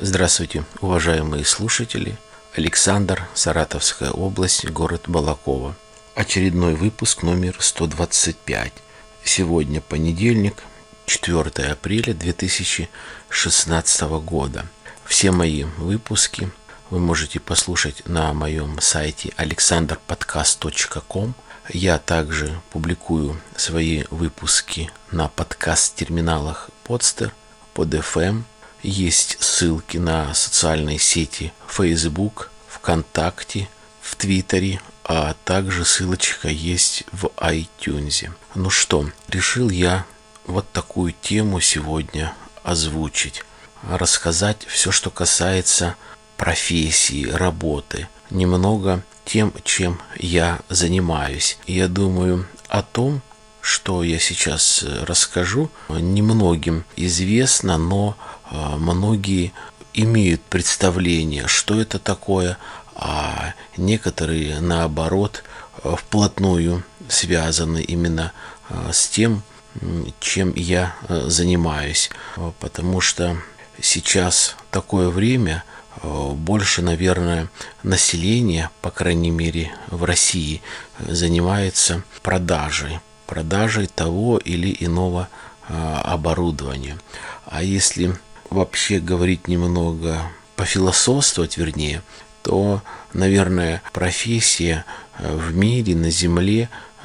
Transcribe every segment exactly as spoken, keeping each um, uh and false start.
Здравствуйте, уважаемые слушатели. Александр, Саратовская область, город Балаково. Очередной выпуск номер сто двадцать пять. Сегодня понедельник, четвёртое апреля две тысячи шестнадцатого года. Все мои выпуски вы можете послушать на моем сайте александр подкаст точка ком. Я также публикую свои выпуски на подкаст-терминалах Podster, под эф эм. Есть ссылки на социальные сети Facebook, ВКонтакте, в Твиттере, а также ссылочка есть в iTunes. Ну что, решил я вот такую тему сегодня озвучить. Рассказать все, что касается профессии, работы. Немного тем, чем я занимаюсь. Я думаю о том, что я сейчас расскажу, немногим известно, но многие имеют представление, что это такое, а некоторые, наоборот, вплотную связаны именно с тем, чем я занимаюсь. Потому что сейчас такое время, больше, наверное, население, по крайней мере в России, занимается продажей, продажей того или иного оборудования. А если вообще говорить немного, пофилософствовать вернее, то, наверное, профессия в мире, на земле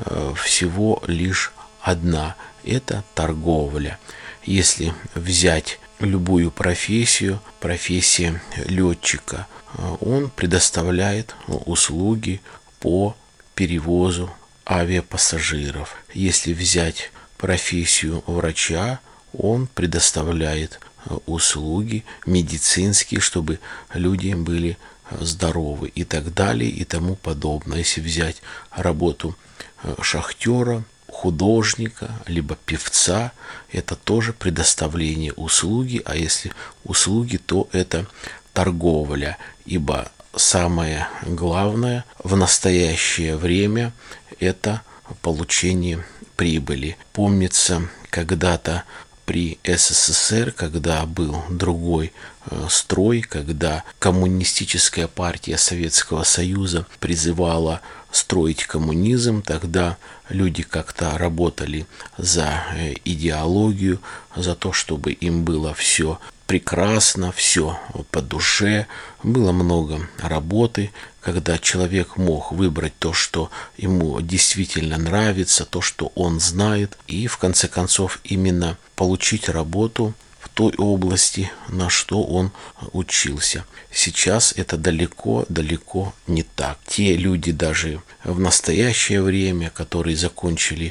всего лишь одна – это торговля. Если взять любую профессию, профессия летчика, он предоставляет услуги по перевозу авиапассажиров. Если взять профессию врача, он предоставляет услуги медицинские, чтобы люди были здоровы и так далее и тому подобное. Если взять работу шахтера, художника, либо певца, это тоже предоставление услуги, а если услуги, то это торговля, ибо самое главное в настоящее время это получение прибыли. Помнится, когда-то при эс эс эс эр, когда был другой э, строй, когда коммунистическая партия Советского Союза призывала строить коммунизм, тогда люди как-то работали за э, идеологию, за то, чтобы им было все прекрасно, все по душе, было много работы, когда человек мог выбрать то, что ему действительно нравится, то, что он знает, и в конце концов именно получить работу в той области, на что он учился. Сейчас это далеко-далеко не так. Те люди даже в настоящее время, которые закончили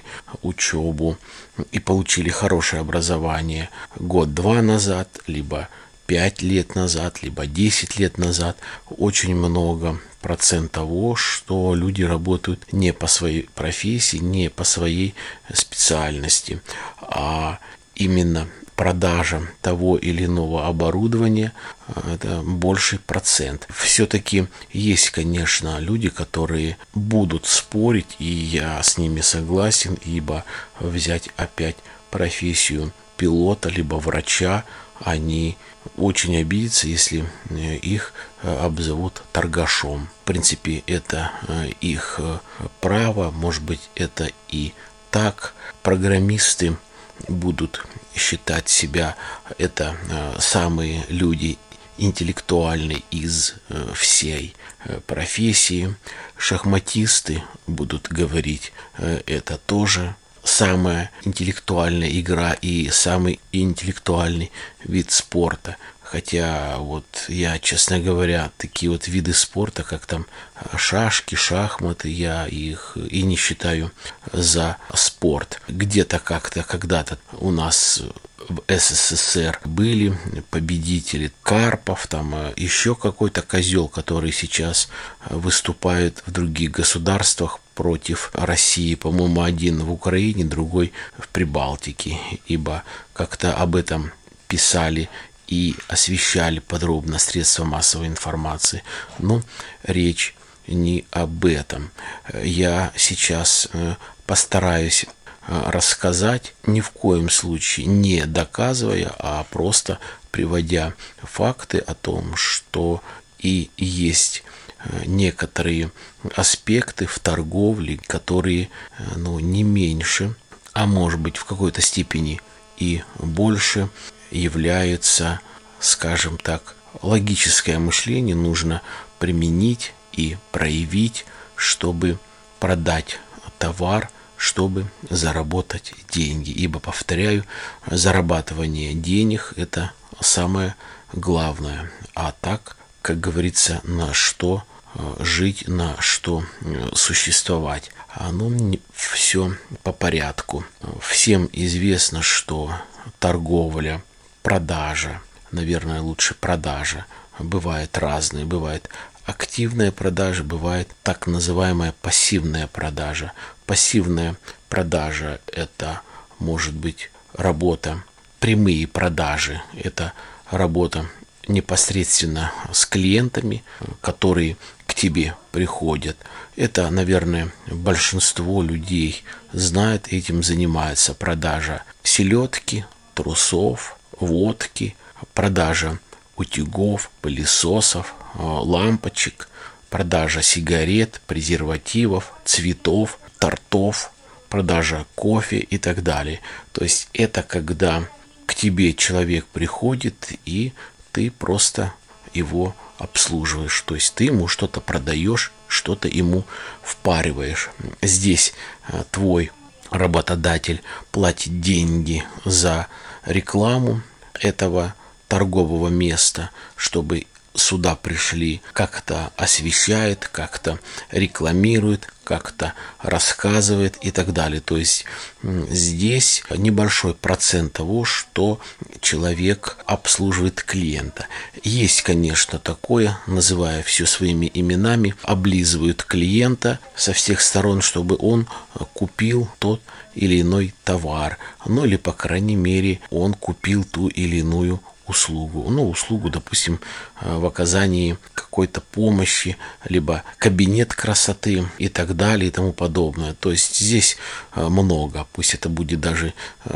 учебу и получили хорошее образование год-два назад, либо пять лет назад, либо десять лет назад, очень много процент того, что люди работают не по своей профессии, не по своей специальности, а именно продажа того или иного оборудования – это больший процент. Все-таки есть, конечно, люди, которые будут спорить, и я с ними согласен, ибо взять опять профессию пилота либо врача, они очень обидятся, если их обзовут торгашом. В принципе, это их право, может быть, это и так. Программисты будут считать себя это самые люди интеллектуальные из всей профессии. Шахматисты будут говорить, это тоже самая интеллектуальная игра и самый интеллектуальный вид спорта. Хотя вот я, честно говоря, такие вот виды спорта, как там шашки, шахматы, я их и не считаю за спорт. Где-то как-то когда-то у нас в эс эс эс эр были победители, Карпов, там еще какой-то козел, который сейчас выступает в других государствах против России. По-моему, один в Украине, другой в Прибалтике, ибо как-то об этом писали и освещали подробно средства массовой информации. Но речь не об этом. Я сейчас постараюсь рассказать, ни в коем случае не доказывая, а просто приводя факты о том, что и есть некоторые аспекты в торговле, которые, ну, не меньше, а может быть в какой-то степени и больше являются, скажем так, логическое мышление нужно применить и проявить, чтобы продать товар, чтобы заработать деньги. Ибо, повторяю, зарабатывание денег – это самое главное. А так, как говорится, на что жить, на что существовать. А ну, все по порядку. Всем известно, что торговля, продажа, наверное, лучше продажа, бывает разные. Бывает активная продажа, бывает так называемая пассивная продажа. Пассивная продажа – это может быть работа, прямые продажи – это работа непосредственно с клиентами, которые к тебе приходят. Это, наверное, большинство людей знает, этим занимается. Продажа селедки, трусов, водки, продажа утюгов, пылесосов, лампочек, продажа сигарет, презервативов, цветов, тортов, продажа кофе и так далее. То есть это когда к тебе человек приходит, и ты просто его обслуживаешь. То есть ты ему что-то продаешь, что-то ему впариваешь. Здесь твой работодатель платит деньги за рекламу этого торгового места, чтобы сюда пришли, как-то освещает, как-то рекламирует, как-то рассказывает и так далее. То есть здесь небольшой процент того, что человек обслуживает клиента. Есть, конечно, такое, называя все своими именами, облизывают клиента со всех сторон, чтобы он купил тот или иной товар. Ну или, по крайней мере, он купил ту или иную услугу. Ну, услугу, допустим, в оказании какой-то помощи, либо кабинет красоты и так далее и тому подобное. То есть здесь много. Пусть это будет даже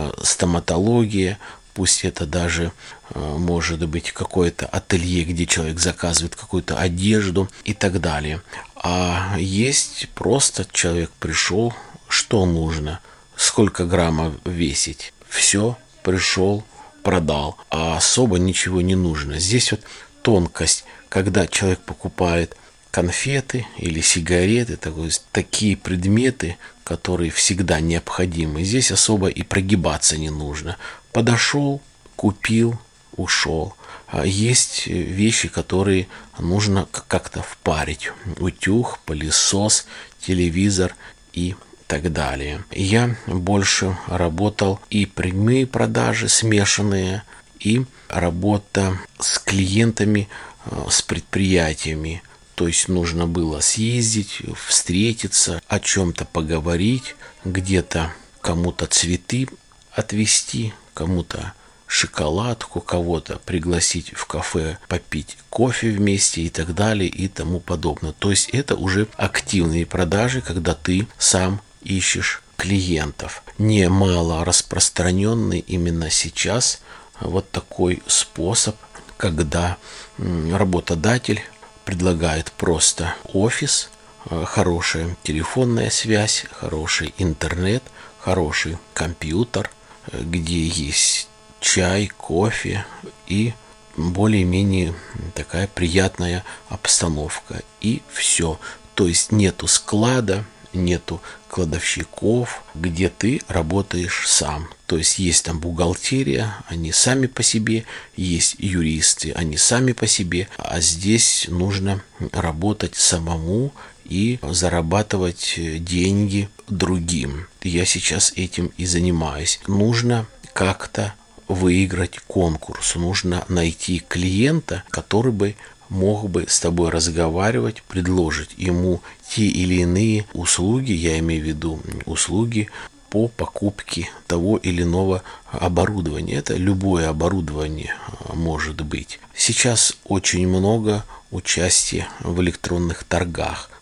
стоматология, пусть это даже может быть какое-то ателье, где человек заказывает какую-то одежду и так далее. А есть просто человек пришел, что нужно, сколько граммов весить. Все, пришел, продал, а особо ничего не нужно. Здесь вот тонкость, когда человек покупает конфеты или сигареты, такие предметы, которые всегда необходимы. Здесь особо и прогибаться не нужно. Подошел, купил, ушел. Есть вещи, которые нужно как-то впарить. Утюг, пылесос, телевизор и так далее. Я больше работал и прямые продажи смешанные, и работа с клиентами, с предприятиями. То есть нужно было съездить, встретиться, о чем-то поговорить, где-то кому-то цветы отвезти, кому-то шоколадку, кого-то пригласить в кафе попить кофе вместе и так далее и тому подобное. То есть это уже активные продажи, когда ты сам ищешь клиентов. Немало распространенный именно сейчас вот такой способ, когда работодатель предлагает просто офис, хорошая телефонная связь, хороший интернет, хороший компьютер, где есть чай, кофе и более-менее такая приятная обстановка. И все. То есть нету склада, нету кладовщиков, где ты работаешь сам. То есть есть там бухгалтерия, они сами по себе, есть юристы, они сами по себе, а здесь нужно работать самому и зарабатывать деньги другим. Я сейчас этим и занимаюсь. Нужно как-то выиграть конкурс, нужно найти клиента, который бы мог бы с тобой разговаривать, предложить ему те или иные услуги, я имею в виду услуги по покупке того или иного оборудования. Это любое оборудование может быть. Сейчас очень много участия в электронных торгах.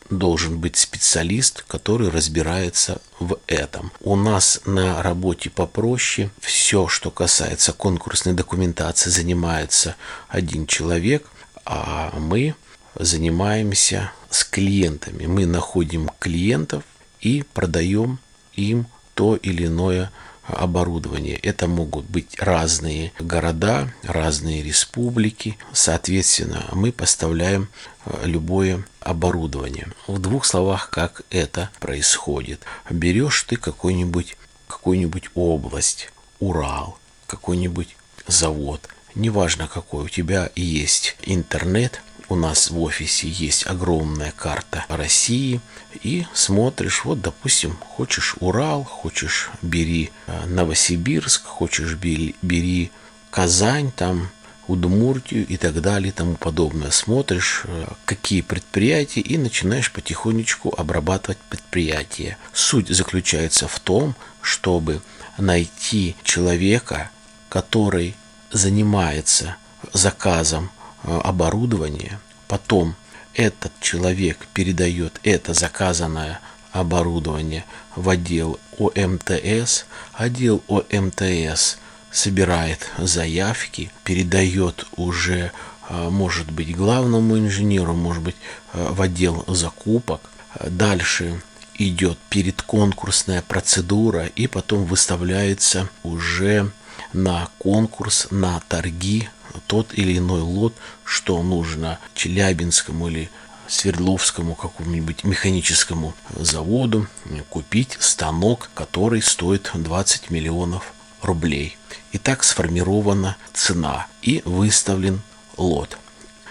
должен быть специалист, который разбирается в этом. У нас на работе попроще. Все, что касается конкурсной документации, занимается один человек, а мы занимаемся с клиентами. Мы находим клиентов и продаем им то или иное оборудование. Это могут быть разные города, разные республики. Соответственно, мы поставляем любое оборудование. В двух словах, как это происходит. Берешь ты какой-нибудь, какую-нибудь область, Урал, какой-нибудь завод, неважно какой, у тебя есть интернет, у нас в офисе есть огромная карта России, и смотришь, вот, допустим, хочешь Урал, хочешь бери Новосибирск, хочешь бери, бери Казань, там, Удмуртию и так далее и тому подобное. Смотришь, какие предприятия, и начинаешь потихонечку обрабатывать предприятия. Суть заключается в том, чтобы найти человека, который занимается заказом оборудования, потом этот человек передает это заказанное оборудование в отдел О Эм Тэ Эс, отдел О Эм Тэ Эс собирает заявки, передает уже, может быть, главному инженеру, может быть, в отдел закупок. Дальше идет передконкурсная процедура, и потом выставляется уже на конкурс, на торги тот или иной лот, что нужно Челябинскому или Свердловскому какому-нибудь механическому заводу купить станок, который стоит двадцать миллионов рублей. И так сформирована цена и выставлен лот.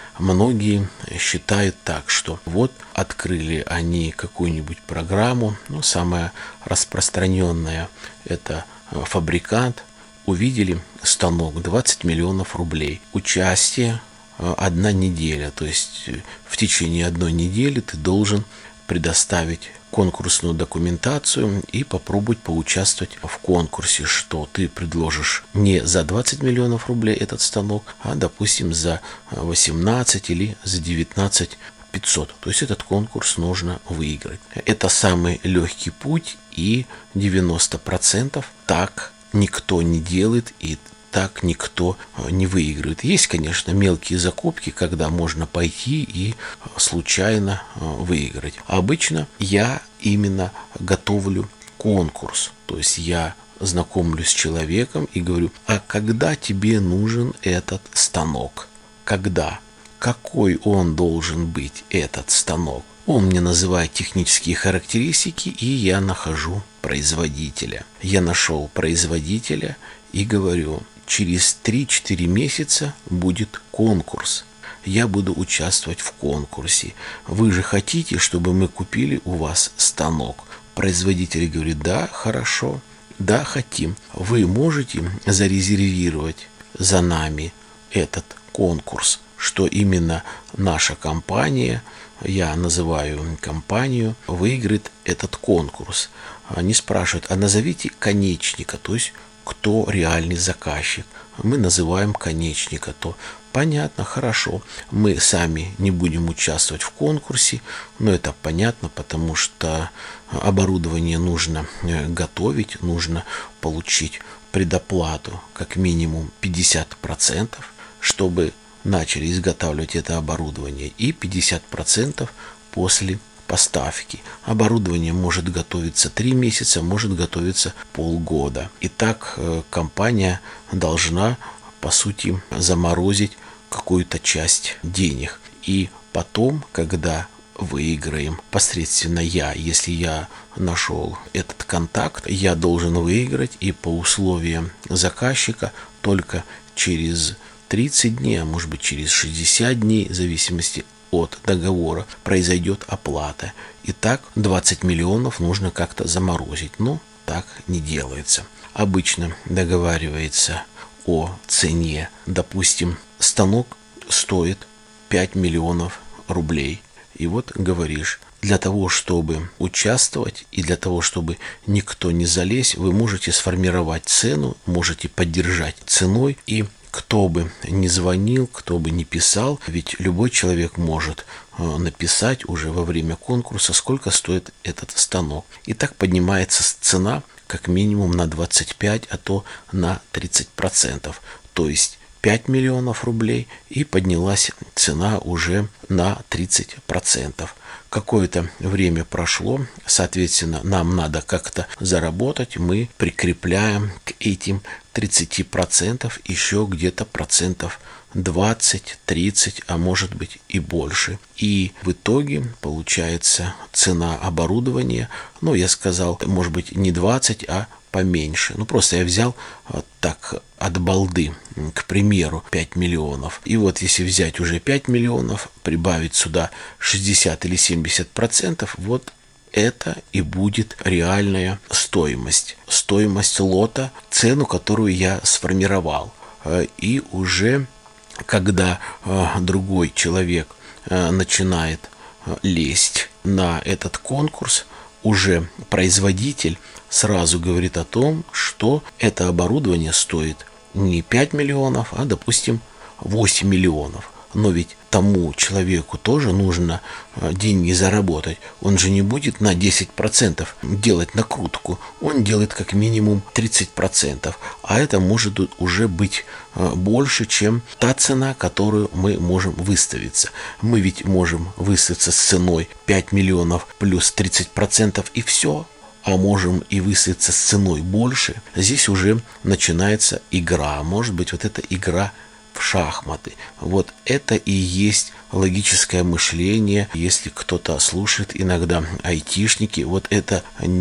Многие считают так, что вот открыли они какую-нибудь программу, ну, самая распространенная – это фабрикант, увидели станок двадцать миллионов рублей. Участие одна неделя, то есть в течение одной недели ты должен предоставить конкурсную документацию и попробовать поучаствовать в конкурсе, что ты предложишь не за двадцать миллионов рублей этот станок, а, допустим, за восемнадцать или за девятнадцать пятьсот. То есть этот конкурс нужно выиграть. Это самый легкий путь, и девяносто процентов так никто не делает, и так никто не выигрывает. Есть, конечно, мелкие закупки, когда можно пойти и случайно выиграть. Обычно я именно готовлю конкурс. То есть я знакомлюсь с человеком и говорю: а когда тебе нужен этот станок? Когда? Какой он должен быть, этот станок? Он мне называет технические характеристики, и я нахожу производителя. Я нашел производителя и говорю: через три-четыре месяца будет конкурс. Я буду участвовать в конкурсе. Вы же хотите, чтобы мы купили у вас станок? Производитель говорит: да, хорошо, да, хотим. Вы можете зарезервировать за нами этот конкурс, что именно наша компания, я называю компанию, выиграет этот конкурс. Они спрашивают: а назовите конечника, то есть кто реальный заказчик. Мы называем конечника. То понятно, хорошо, мы сами не будем участвовать в конкурсе, но это понятно, потому что оборудование нужно готовить, нужно получить предоплату как минимум пятьдесят процентов, чтобы начали изготавливать это оборудование, и пятьдесят процентов после поставки. Оборудование может готовиться три месяца, может готовиться полгода. И так компания должна, по сути, заморозить какую-то часть денег. И потом, когда выиграем, посредственно я, если я нашел этот контакт, я должен выиграть, и по условиям заказчика только через тридцать дней, а может быть через шестьдесят дней, в зависимости от договора, произойдет оплата. И так двадцать миллионов нужно как-то заморозить. Но так не делается. Обычно договаривается о цене. Допустим, станок стоит пять миллионов рублей. И вот говоришь: для того, чтобы участвовать и для того, чтобы никто не залез, вы можете сформировать цену, можете поддержать ценой. И кто бы ни звонил, кто бы ни писал, ведь любой человек может написать уже во время конкурса, сколько стоит этот станок. И так поднимается цена как минимум на двадцать пять, а то на тридцать процентов. То есть пять миллионов рублей, и поднялась цена уже на тридцать процентов. Какое-то время прошло, соответственно, нам надо как-то заработать, мы прикрепляем к этим тридцати процентам еще где-то процентов двадцать, тридцать, а может быть и больше. И в итоге получается цена оборудования, ну, я сказал, может быть не двадцать, а поменьше. Ну, просто я взял так от балды, к примеру, пять миллионов. И вот если взять уже пять миллионов, прибавить сюда шестьдесят или семьдесят процентов, вот это и будет реальная стоимость. Стоимость лота, цену, которую я сформировал. И уже когда другой человек начинает лезть на этот конкурс, уже производитель сразу говорит о том, что это оборудование стоит не пять миллионов, а, допустим, восемь миллионов. Но ведь тому человеку тоже нужно деньги заработать. Он же не будет на десять процентов делать накрутку. Он делает как минимум тридцать процентов. А это может уже быть больше, чем та цена, которую мы можем выставиться. Мы ведь можем выставиться с ценой пять миллионов плюс тридцать процентов и все. А можем и выставиться с ценой больше. Здесь уже начинается игра. Может быть, вот эта игра в шахматы. Вот это и есть логическое мышление. Если кто-то слушает иногда айтишники, вот это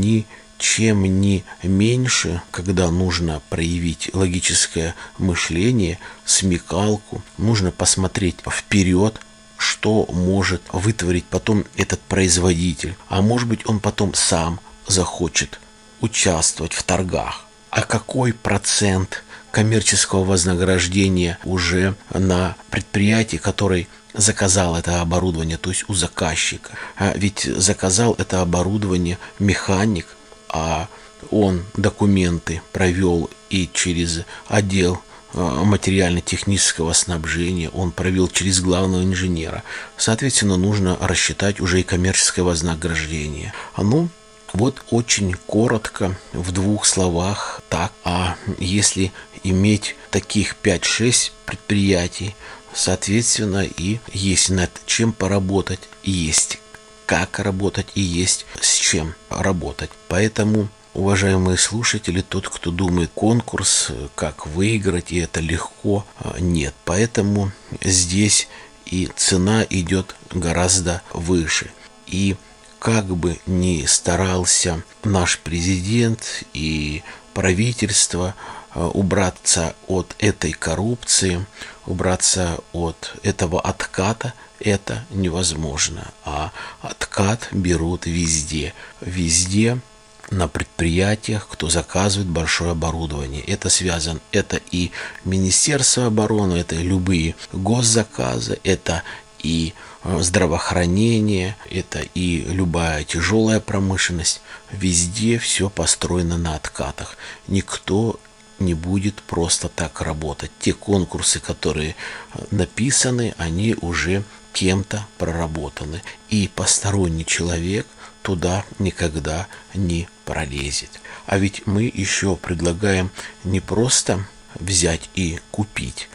ничем не меньше, когда нужно проявить логическое мышление, смекалку, нужно посмотреть вперед, что может вытворить потом этот производитель. А может быть, он потом сам захочет участвовать в торгах. А какой процент коммерческого вознаграждения уже на предприятии, который заказал это оборудование, то есть у заказчика? А ведь заказал это оборудование механик, а он документы провел и через отдел материально-технического снабжения, он провел через главного инженера. Соответственно, нужно рассчитать уже и коммерческое вознаграждение. Ну, вот очень коротко, в двух словах так. А если иметь таких пять-шесть предприятий, соответственно, и есть над чем поработать, есть как работать и есть с чем работать. Поэтому, уважаемые слушатели, тот, кто думает конкурс, как выиграть, и это легко, нет. Поэтому здесь и цена идет гораздо выше. И как бы ни старался наш президент и правительство убраться от этой коррупции, убраться от этого отката, это невозможно. А откат берут везде. Везде на предприятиях, кто заказывает большое оборудование. Это связано, это и Министерство обороны, это и любые госзаказы, это и здравоохранение, это и любая тяжелая промышленность. Везде все построено на откатах. Никто не будет просто так работать. Те конкурсы, которые написаны, они уже кем-то проработаны. И посторонний человек туда никогда не пролезет. А ведь мы еще предлагаем не просто взять и купить,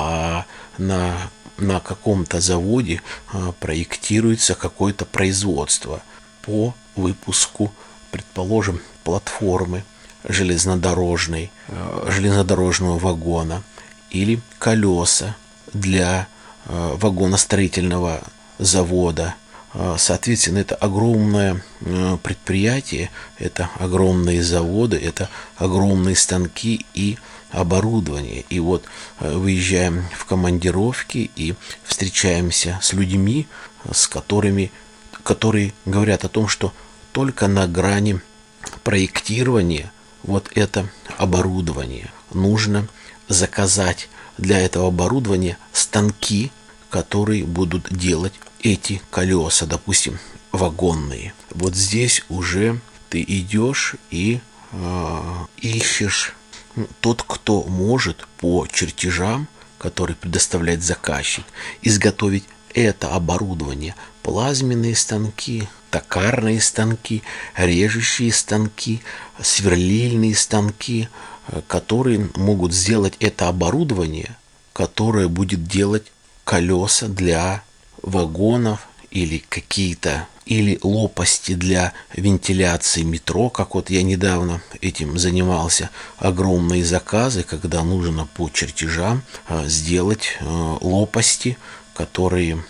а на на каком-то заводе а, проектируется какое-то производство по выпуску, предположим, платформы железнодорожной, а, железнодорожного вагона или колеса для а, вагоностроительного завода. А, соответственно, это огромное а, предприятие, это огромные заводы, это огромные станки и оборудование. И вот выезжаем в командировки и встречаемся с людьми, с которыми, которые говорят о том, что только на грани проектирования вот это оборудование нужно заказать для этого оборудования станки, которые будут делать эти колеса, допустим, вагонные. Вот здесь уже ты идешь и э, ищешь. Тот, кто может по чертежам, которые предоставляет заказчик, изготовить это оборудование плазменные станки, токарные станки, режущие станки, сверлильные станки, которые могут сделать это оборудование, которое будет делать колеса для вагонов или какие-то, или лопасти для вентиляции метро, как вот я недавно этим занимался, огромные заказы, когда нужно по чертежам сделать лопасти, которые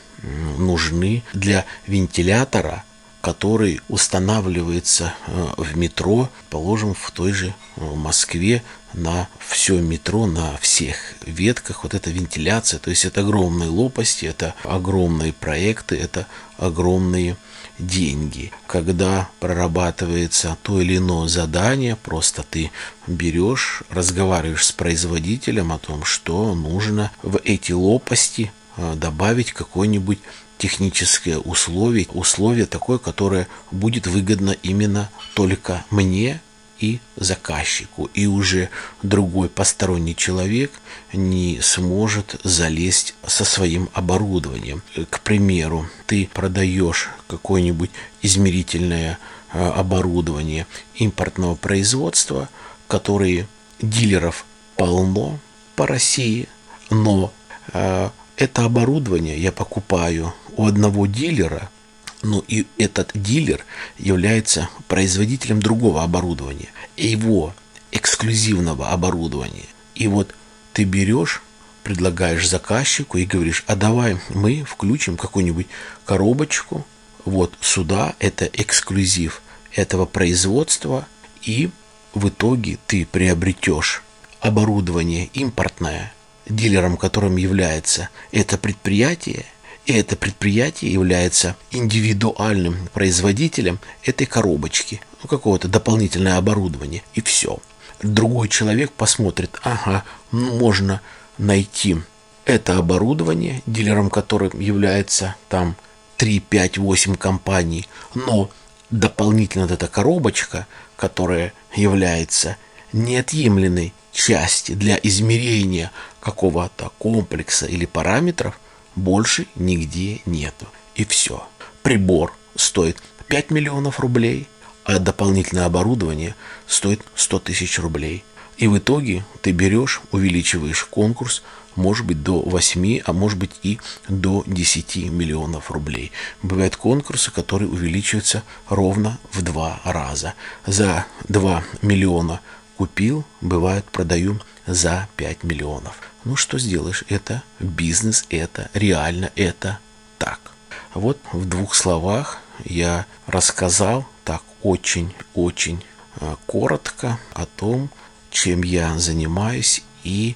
нужны для вентилятора, который устанавливается в метро, положим, в той же Москве, на все метро, на всех ветках. Вот эта вентиляция, то есть это огромные лопасти, это огромные проекты, это огромные деньги. Когда прорабатывается то или иное задание, просто ты берешь, разговариваешь с производителем о том, что нужно в эти лопасти добавить какое-нибудь техническое условие, условие такое, которое будет выгодно именно только мне и заказчику, и уже другой посторонний человек не сможет залезть со своим оборудованием. К примеру, ты продаешь какое-нибудь измерительное оборудование импортного производства, которые дилеров полно по России, но э, это оборудование я покупаю у одного дилера, но и этот дилер является производителем другого оборудования, его эксклюзивного оборудования. И вот ты берешь, предлагаешь заказчику и говоришь: а давай мы включим какую-нибудь коробочку вот сюда, это эксклюзив этого производства, и в итоге ты приобретешь оборудование импортное, дилером которым является это предприятие, и это предприятие является индивидуальным производителем этой коробочки, ну, какого-то дополнительного оборудования, и все. Другой человек посмотрит: ага, можно найти это оборудование, дилером которым является там три, пять, восемь компаний, но дополнительно эта коробочка, которая является неотъемлемой частью для измерения какого-то комплекса или параметров, больше нигде нету. И все. Прибор стоит пять миллионов рублей, а дополнительное оборудование стоит сто тысяч рублей. И в итоге ты берешь, увеличиваешь конкурс, может быть, до восьми, а может быть и до десяти миллионов рублей. Бывают конкурсы, которые увеличиваются ровно в два раза. За два миллиона купил, бывает, продаю за пять миллионов. Ну, что сделаешь? Это бизнес, это реально, это так. Вот в двух словах я рассказал так очень-очень коротко о том, чем я занимаюсь, и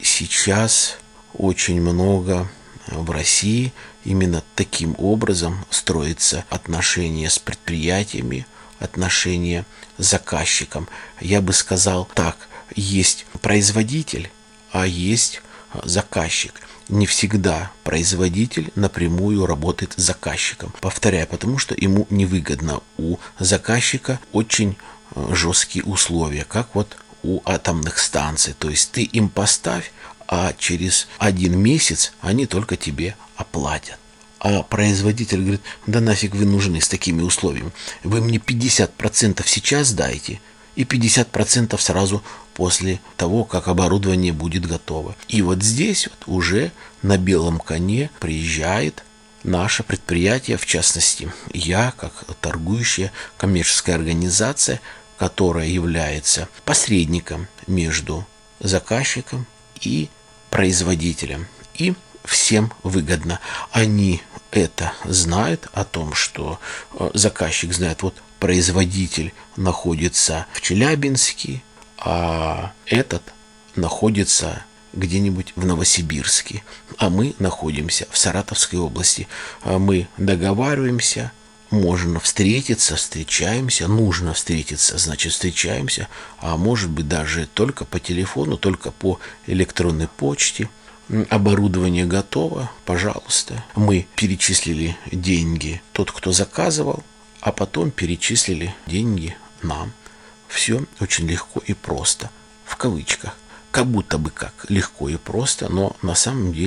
сейчас очень много в России именно таким образом строятся отношения с предприятиями, отношения с заказчиком. Я бы сказал так: есть производитель, а есть заказчик. Не всегда производитель напрямую работает с заказчиком. Повторяю, потому что ему невыгодно. У заказчика очень жесткие условия, как вот у атомных станций. То есть ты им поставь, а через один месяц они только тебе оплатят. А производитель говорит: да нафиг вы нужны с такими условиями. Вы мне пятьдесят процентов сейчас дайте, и пятьдесят процентов сразу после того, как оборудование будет готово. И вот здесь вот уже на белом коне приезжает наше предприятие, в частности, я, как торгующая коммерческая организация, которая является посредником между заказчиком и производителем. И всем выгодно. Они это знают, о том, что заказчик знает, вот производитель находится в Челябинске, а этот находится где-нибудь в Новосибирске, а мы находимся в Саратовской области. Мы договариваемся, можно встретиться, встречаемся, нужно встретиться, значит встречаемся, а может быть даже только по телефону, только по электронной почте. Оборудование готово, пожалуйста. Мы перечислили деньги, тот, кто заказывал, а потом перечислили деньги нам. Все очень легко и просто, в кавычках. Как будто бы как легко и просто, но на самом деле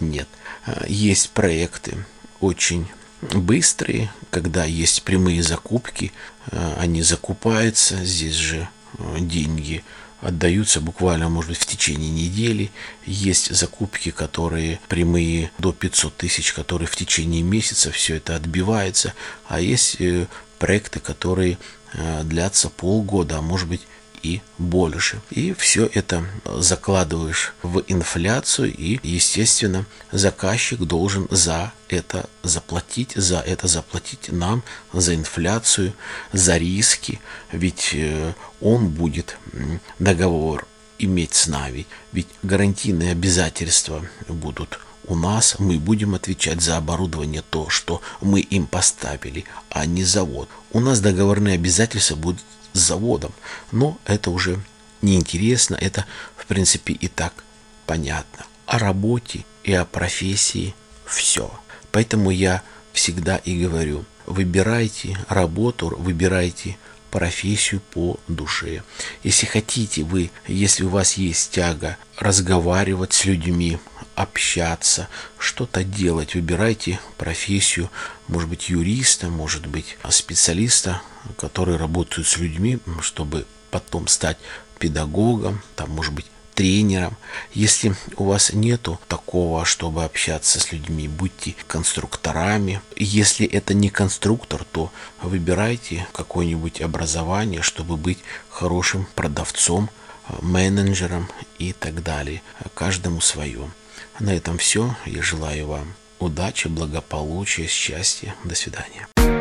Нет. Есть проекты очень быстрые, когда есть прямые закупки, они закупаются, здесь же деньги отдаются буквально, может быть, в течение недели. Есть закупки, которые прямые до пятисот тысяч, которые в течение месяца все это отбивается. А есть проекты, которые длятся полгода, а может быть и больше. И все это закладываешь в инфляцию, и, естественно, заказчик должен за это заплатить, за это заплатить нам, за инфляцию, за риски, ведь он будет договор иметь с нами, ведь гарантийные обязательства будут у нас, мы будем отвечать за оборудование, то, что мы им поставили, а не завод. У нас договорные обязательства будут с заводом, но это уже неинтересно, это в принципе и так понятно. О работе и о профессии все. Поэтому я всегда и говорю, выбирайте работу, выбирайте профессию по душе. Если хотите вы, если у вас есть тяга разговаривать с людьми, общаться, что-то делать, выбирайте профессию, может быть, юриста, может быть, специалиста, который работает с людьми, чтобы потом стать педагогом, там, может быть, тренером. Если у вас нету такого, чтобы общаться с людьми, будьте конструкторами. Если это не конструктор, то выбирайте какое-нибудь образование, чтобы быть хорошим продавцом, менеджером и так далее. Каждому свое. На этом все. Я желаю вам удачи, благополучия, счастья. До свидания.